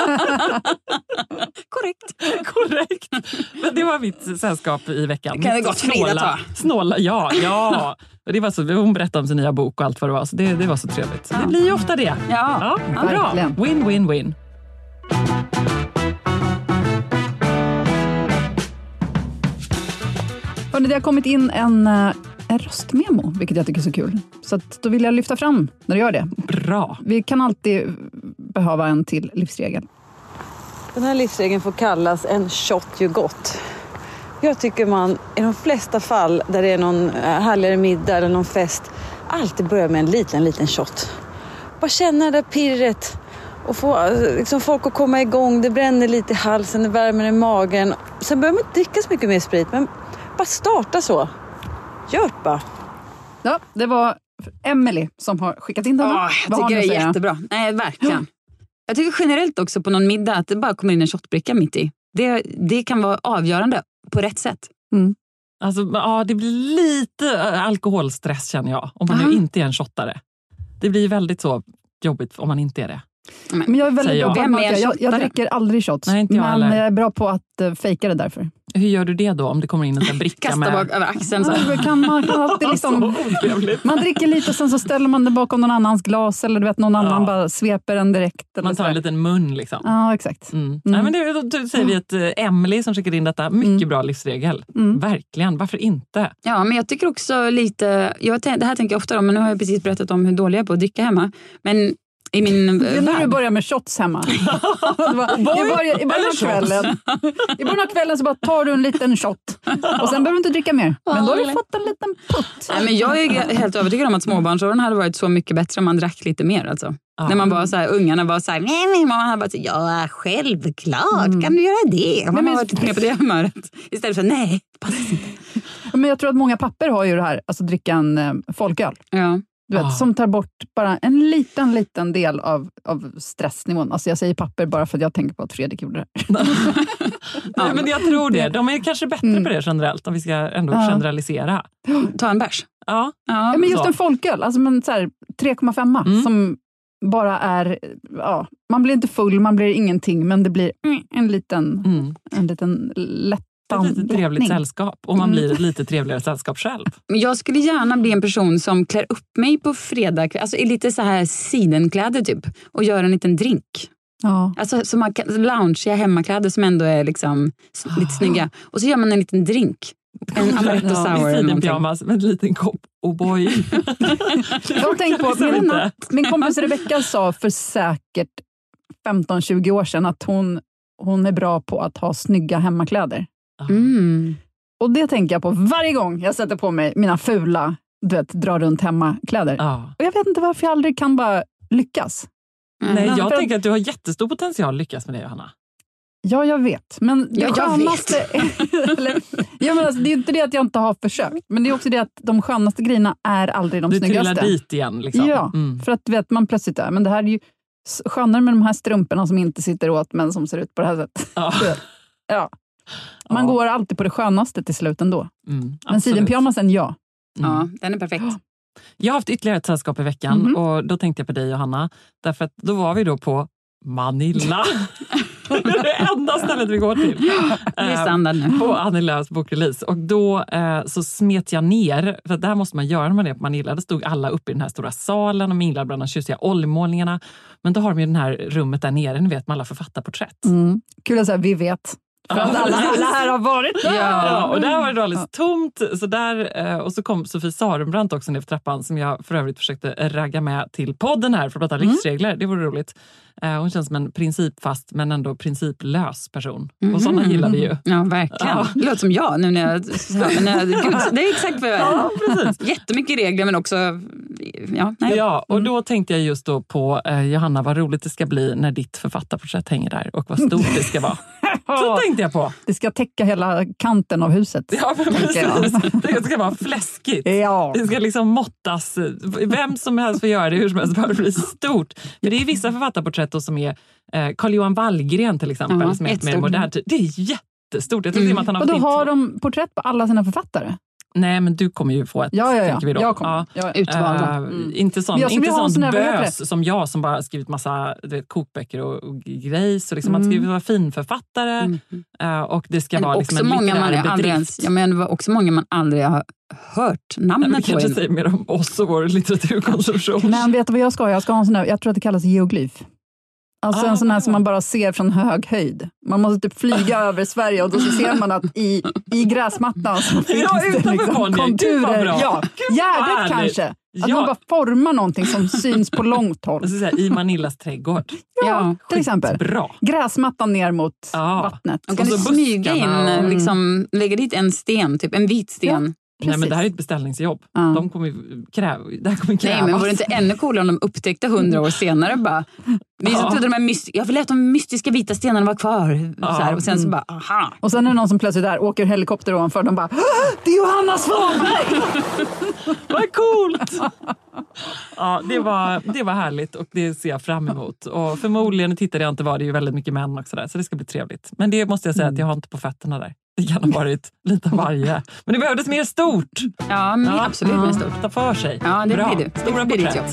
Korrekt. Men det var mitt sällskap i veckan. Kan det gott Frida ta? Snåla, ja. Det var så, hon berättade om sin nya bok och allt vad det var. Så det var så trevligt. Så det blir ju ofta det. Ja, bra. Win. Det har kommit in en röstmemo, vilket jag tycker är så kul. Så att då vill jag lyfta fram när du gör det. Bra. Vi kan alltid behöva en till livsregel. Den här livsregeln får kallas en shot ju gott. Jag tycker man i de flesta fall där det är någon härligare middag eller någon fest alltid börjar med en liten shot. Bara känna det pirret och få liksom, folk att komma igång. Det bränner lite i halsen, det värmer i magen. Sen behöver man inte dricka så mycket mer sprit, men bara starta så. Gör bara. Ja, det var Emily som har skickat in den. Jag tycker det är jättebra. Nej, verkligen. Jag tycker generellt också på någon middag att det bara kommer in en shotbricka mitt i. Det kan vara avgörande på rätt sätt. Alltså, det blir lite alkoholstress känner jag. Om man nu inte är en shottare. Det blir väldigt så jobbigt om man inte är det. Men jag är väldigt bra på jag dricker aldrig shots. Nej, men jag är bra på att fejka det därför. Hur gör du det då om det kommer in en bricka kasta med... bak över axeln. Så. Man kan alltid liksom... man dricker lite och sen så ställer man det bakom någon annans glas. Eller du vet, någon annan bara sveper den direkt. Eller man tar en liten mun liksom. Ja, exakt. Nej, men då säger vi att Emily som skickade in detta, mycket bra livsregel. Verkligen, varför inte? Ja, men jag tycker också lite... det här tänker jag ofta om, men nu har jag precis berättat om hur dålig jag är på att dricka hemma. Men I min det är när du börjar med shots hemma. I början av kvällen så bara tar du en liten shot. Och sen behöver du inte dricka mer. Men då har du fått en liten putt. Nej, men jag är helt övertygad om att småbarnsåren hade varit så mycket bättre om man drack lite mer. Alltså. När man var så här, ungarna var så här, nej, man hade bara så, ja, självklart kan du göra det. Man har varit med på det humöret. Istället för, nej, passar inte. Men jag tror att många papper har ju det här, alltså dricka en folköl. Ja. Du vet, som tar bort bara en liten del av stressnivån. Alltså jag säger papper bara för att jag tänker på att Fredrik gjorde det. Nej, men jag tror det. De är kanske bättre på det generellt, om vi ska ändå generalisera. Ta en bärs. Ja. Men just en folköl, alltså men så här 3,5 som bara är, man blir inte full, man blir ingenting, men det blir en liten lätt. Ett lite trevligt sällskap. Och man blir ett lite trevligare sällskap själv. Men jag skulle gärna bli en person som klär upp mig på fredag. Alltså i lite så här sidenkläder typ. Och gör en liten drink. Ja. Alltså som man kan loungea hemmakläder som ändå är liksom lite snygga. Och så gör man en liten drink. En amaretto sour eller någonting. Pyjamas med en liten kopp. Oh boy. Jag tänkte på min kompis Rebecca sa för säkert 15-20 år sedan att hon är bra på att ha snygga hemmakläder. Och det tänker jag på varje gång jag sätter på mig mina fula, dra runt hemmakläder. Och jag vet inte varför jag aldrig kan bara lyckas. Nej, jag tänker att du har jättestor potential att lyckas med det, Johanna. Ja, jag vet. Men det skönaste... men alltså, det är inte det att jag inte har försökt. Men det är också det att de skönaste grejerna är aldrig de snyggaste. Du trillar dit igen liksom. Ja, för att vet man plötsligt men det här är ju skönare med de här strumporna som inte sitter åt men som ser ut på det här sättet. Ja. Man går alltid på det skönaste till slut ändå. Men sidenpyjamasen, ja, den är perfekt. Jag har haft ytterligare ett sällskap i veckan och då tänkte jag på dig, Johanna. Därför att då var vi då på Manila. Det är det enda stället vi går till. Det är standard nu. På Annie Lööfs bokrelease. Och då så smet jag ner, för det här måste man göra när man är på Manila. Det stod alla uppe i den här stora salen och minglade bland de tjusiga oljemålningarna. Men då har de ju den här rummet där nere, ni vet, med alla författarporträtt. Kul att säga, vi vet. För att alla här har varit där. Ja, och där var det alldeles tomt. Så där, och så kom Sofie Sarenbrant också ner för trappan, som jag för övrigt försökte ragga med till podden här för att prata livsregler. Det vore roligt. Hon känns som en principfast men ändå principlös person. Och sådana gillar vi ju. Ja, verkligen. Det låter som jag nu när jag det är exakt vad jag är. Ja, precis. Jättemycket regler men också Ja, och då tänkte jag just då på Johanna, vad roligt det ska bli när ditt författarporträtt hänger där och vad stort det ska vara. Så tänkte jag på. Det ska täcka hela kanten av huset. Ja, men precis. Det ska vara fläskigt. Ja. Det ska liksom måttas. Vem som helst får göra det hur som helst, bara bli stort. Men det är vissa författarporträtt som är Carl-Johan Wallgren till exempel, som är ett mer modernt. Det är jättestort. Jag tycker att han har och då har de porträtt på alla sina författare? Nej, men du kommer ju få ett, tänker vi då. Jag kommer. Utvalda. Inte sån bös som jag som bara skrivit massa kokböcker och grejs. Och liksom man ska vara finförfattare. Och det ska vara liksom en litterär bedrift. Men det var också många man aldrig har hört namnet på. Vi kanske säger mer om oss och vår litteraturkonsumtion. Men vet du vad jag ska ha? Jag ska ha en sån där, jag tror att det kallas geoglyf. Alltså en sån här som man bara ser från hög höjd. Man måste typ flyga över Sverige och då så ser man att i gräsmattan så finns det liksom konturer. Ja, Gärdet kanske. Att man bara formar någonting som syns på långt håll. I Manillas trädgård. Ja, till exempel. Bra. Gräsmattan ner mot vattnet. Och kan du smyga in, liksom, lägga dit en sten, typ en vit sten. Ja. Precis. Nej, men det här är ett beställningsjobb. De kommer krävas. Nej, men vore det inte ännu coolare om de upptäckte 100 år senare bara. Jag vill att de mystiska vita stenarna var kvar. Så här, och sen så bara, aha. Och sen är det någon som plötsligt där åker helikopter ovanför. De bara, det är Johanna Svanberg! Vad coolt! Ja, det var härligt och det ser jag fram emot. Och förmodligen tittade jag inte var det ju väldigt mycket män och sådär. Så det ska bli trevligt. Men det måste jag säga att jag har inte på fötterna där. Det kan ha varit lite av varje. Men det behövdes mer stort. Ja, men absolut mer stort. Ta för sig. Ja, det bra. Blir du. Stora det blir ditt jobb.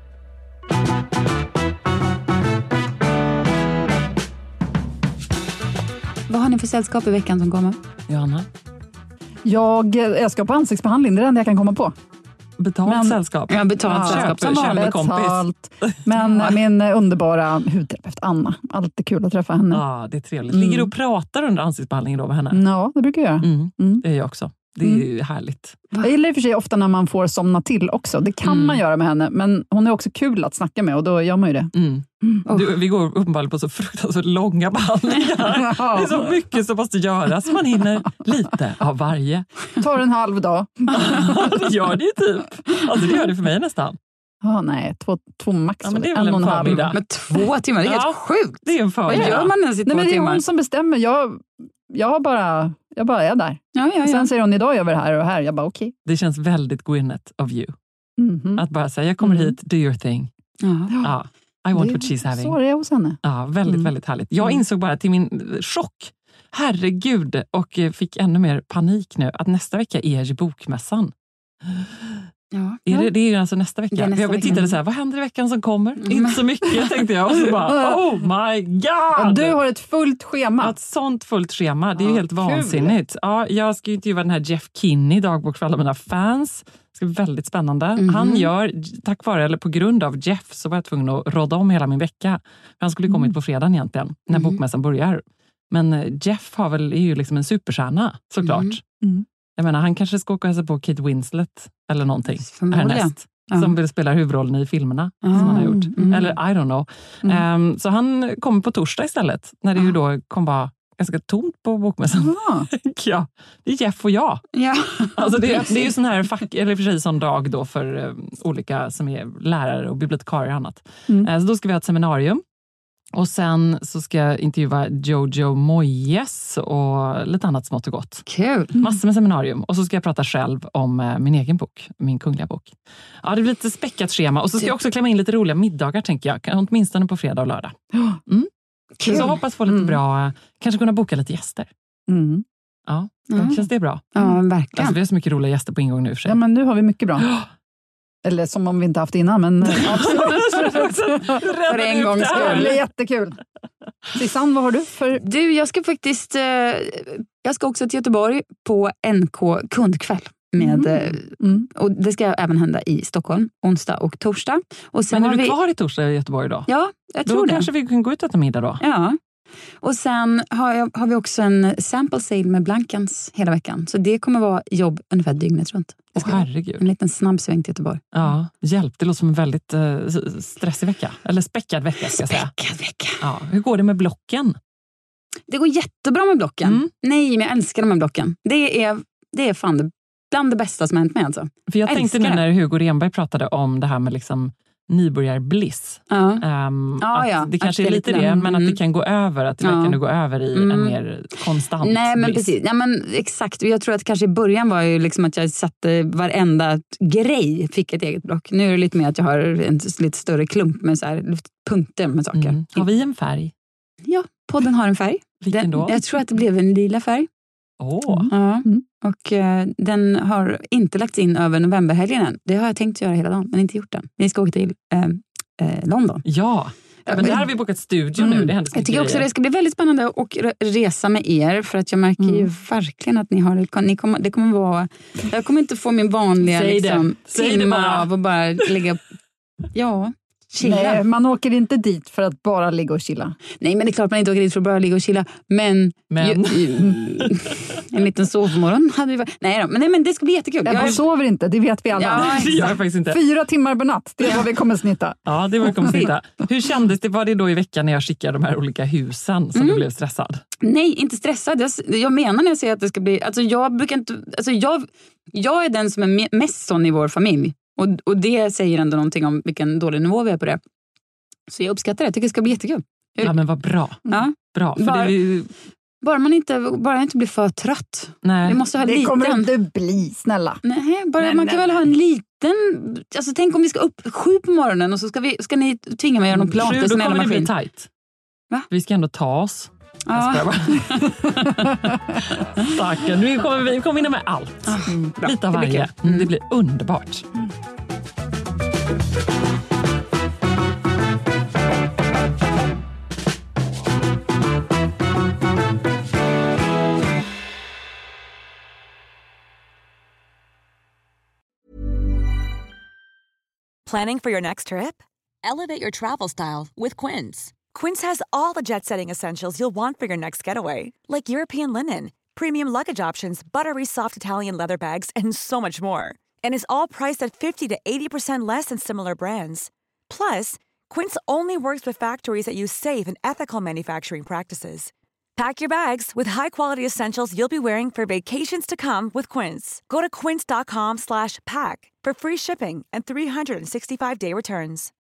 Vad har ni för sällskap i veckan som kommer? Johanna? Jag ska på ansiktsbehandling. Det är det enda jag kan komma på. Betalt sällskap. Ja, betalt sällskap. Som vanligt kompis. Men min underbara hudterapeut Anna. Alltid kul att träffa henne. Ja, det är trevligt. Ligger du och pratar under ansiktsbehandlingen då med henne? Ja, det brukar jag göra. Det är jag också. Det är ju härligt. Jag gillar i och för sig ofta när man får somna till också. Det kan man göra med henne, men hon är också kul att snacka med och då gör man ju det. Vi går uppenbarligen på så fruktansvärt långa behandlingar. Det är så mycket som måste göras. Man hinner lite av varje. Tar en halv dag. Det gör det ju typ. Alltså det gör det för mig nästan. Nej, två max. Ja, men det är väl en förmiddag. Men 2 timmar, det är helt sjukt. Det är en förmiddag. Vad gör man ens i 2 timmar? Det är hon som bestämmer. Jag bara är där. Ja. Sen säger hon, idag gör vi det här och här. Jag bara okej. Det känns väldigt Gwyneth of you. Att bara säga, jag kommer hit, do your thing. Ja. I want what she's having. Så är det hos henne. Ja, väldigt, väldigt härligt. Jag insåg bara till min chock, herregud, och fick ännu mer panik nu, att nästa vecka är ju bokmässan. Ja. Det är ju alltså nästa vecka. Jag tittade så här, vad händer i veckan som kommer? Inte så mycket, tänkte jag. Och så bara, oh my god! Och du har ett fullt schema. Ett sånt fullt schema, det är ju helt vansinnigt. Ja, jag ska ju intervjua den här Jeff Kinney, dagbok för alla mina fans. Det ska bli väldigt spännande. Han gör, tack vare eller på grund av Jeff, så var jag tvungen att råda om hela min vecka. Han skulle kommit på fredagen egentligen, när bokmässan börjar. Men Jeff är ju liksom en superstjärna, såklart. Jag menar, han kanske ska åka och hälsa på Kate Winslet eller någonting härnäst. Som vill spela huvudrollen i filmerna som han har gjort. Eller I don't know. Så han kommer på torsdag istället. När det ju då kommer vara ganska tomt på bokmässan. Ja, det är Jeff och jag. Ja. Alltså det är ju sån här eller för sig sån dag då för olika som är lärare och bibliotekarier och annat. Så då ska vi ha ett seminarium. Och sen så ska jag intervjua Jojo Moyes och lite annat smått och gott. Kul. Massor med seminarium. Och så ska jag prata själv om min egen bok, min kungliga bok. Ja, det blir lite späckat schema. Och så ska jag också klämma in lite roliga middagar, tänker jag. Åtminstone på fredag och lördag. Kul. Så jag hoppas få lite bra, kanske kunna boka lite gäster. Ja, känns det bra? Ja, verkligen. Alltså, vi har så mycket roliga gäster på ingång nu. Ja, men nu har vi mycket bra. Eller som om vi inte haft innan, men absolut. För en gång skull. Det är jättekul. Susanne, vad har du för? Du, jag ska faktiskt jag ska också till Göteborg på NK kundkväll. Och det ska även hända i Stockholm, onsdag och torsdag. Och sen men är du kvar i torsdag i Göteborg då? Ja, jag tror det. Då kanske vi kan gå ut och äta middag då. Ja. Och sen har vi också en sample sale med Blankans hela veckan. Så det kommer vara jobb ungefär dygnet runt. Herregud. En liten snabb sväng till Göteborg. Ja, hjälp. Det låter som en väldigt stressig vecka. Eller späckad vecka, ska jag säga. Späckad vecka. Ja. Hur går det med blocken? Det går jättebra med blocken. Nej, men jag älskar de här blocken. Det är fan bland det bästa som har hänt mig alltså. För jag tänkte nu när Hugo Renberg pratade om det här med liksom nybörjarbliss. Det kanske är lite det, men att det kan gå över, att det kan gå över i en mer konstant Nej, men bliss. precis. Ja, men exakt. Jag tror att kanske i början var ju liksom att jag satte varenda grej, fick ett eget block. Nu är det lite mer att jag har en lite större klump med så här punkter med saker. Har vi en färg? Ja, podden har en färg. Vilken då? Jag tror att det blev en lila färg. Ja. Och den har inte lagts in över novemberhelgen än. Det har jag tänkt göra hela dagen, men inte gjort den. Vi ska åka till London. Ja, men där har vi bokat studio nu. Det jag tycker också att det ska bli väldigt spännande att resa med er. För att jag märker ju verkligen att ni har det kommer vara... Jag kommer inte få min vanliga timme av och bara ligga... Ja... Chilla. Nej, man åker inte dit för att bara ligga och chilla. Nej, men det är klart man inte åker dit för att bara ligga och chilla. Men. En liten sovmorgon hade vi varit. Nej, men det ska bli jättekul. Jag sover inte, det vet vi alla. Ja, det gör jag faktiskt inte. 4 timmar per natt, det är vad vi kommer snitta. Ja, det var vi kommer snitta. Hur kändes det? Var det då i veckan när jag skickade de här olika husen som du blev stressad? Nej, inte stressad. Jag menar när jag säger att det ska bli... Alltså jag brukar inte... Alltså jag är den som är mest sån i vår familj. Och det säger ändå någonting om vilken dålig nivå vi är på det. Så jag uppskattar det. Jag tycker det ska bli jättekul. Ja, men vad bra. Ja. Bra. För bara man inte blir för trött. Nej. Vi måste ha det liten. Kommer inte bli, snälla. Nej, man kan väl ha en liten... Alltså tänk om vi ska upp 7 på morgonen och så ska ni tvinga mig att göra någon pilates. 7, då kommer det bli tajt. Va? Vi ska ändå ta oss. Ja. Stacken. Nu kommer vi hinna med allt. Lite av varje. Det blir underbart. Planning for your next trip? Elevate your travel style with Quince. Quince has all the jet-setting essentials you'll want for your next getaway, like European linen, premium luggage options, buttery soft Italian leather bags, and so much more. And is all priced at 50 to 80% less than similar brands. Plus, Quince only works with factories that use safe and ethical manufacturing practices. Pack your bags with high-quality essentials you'll be wearing for vacations to come with Quince. Go to quince.com/pack for free shipping and 365-day returns.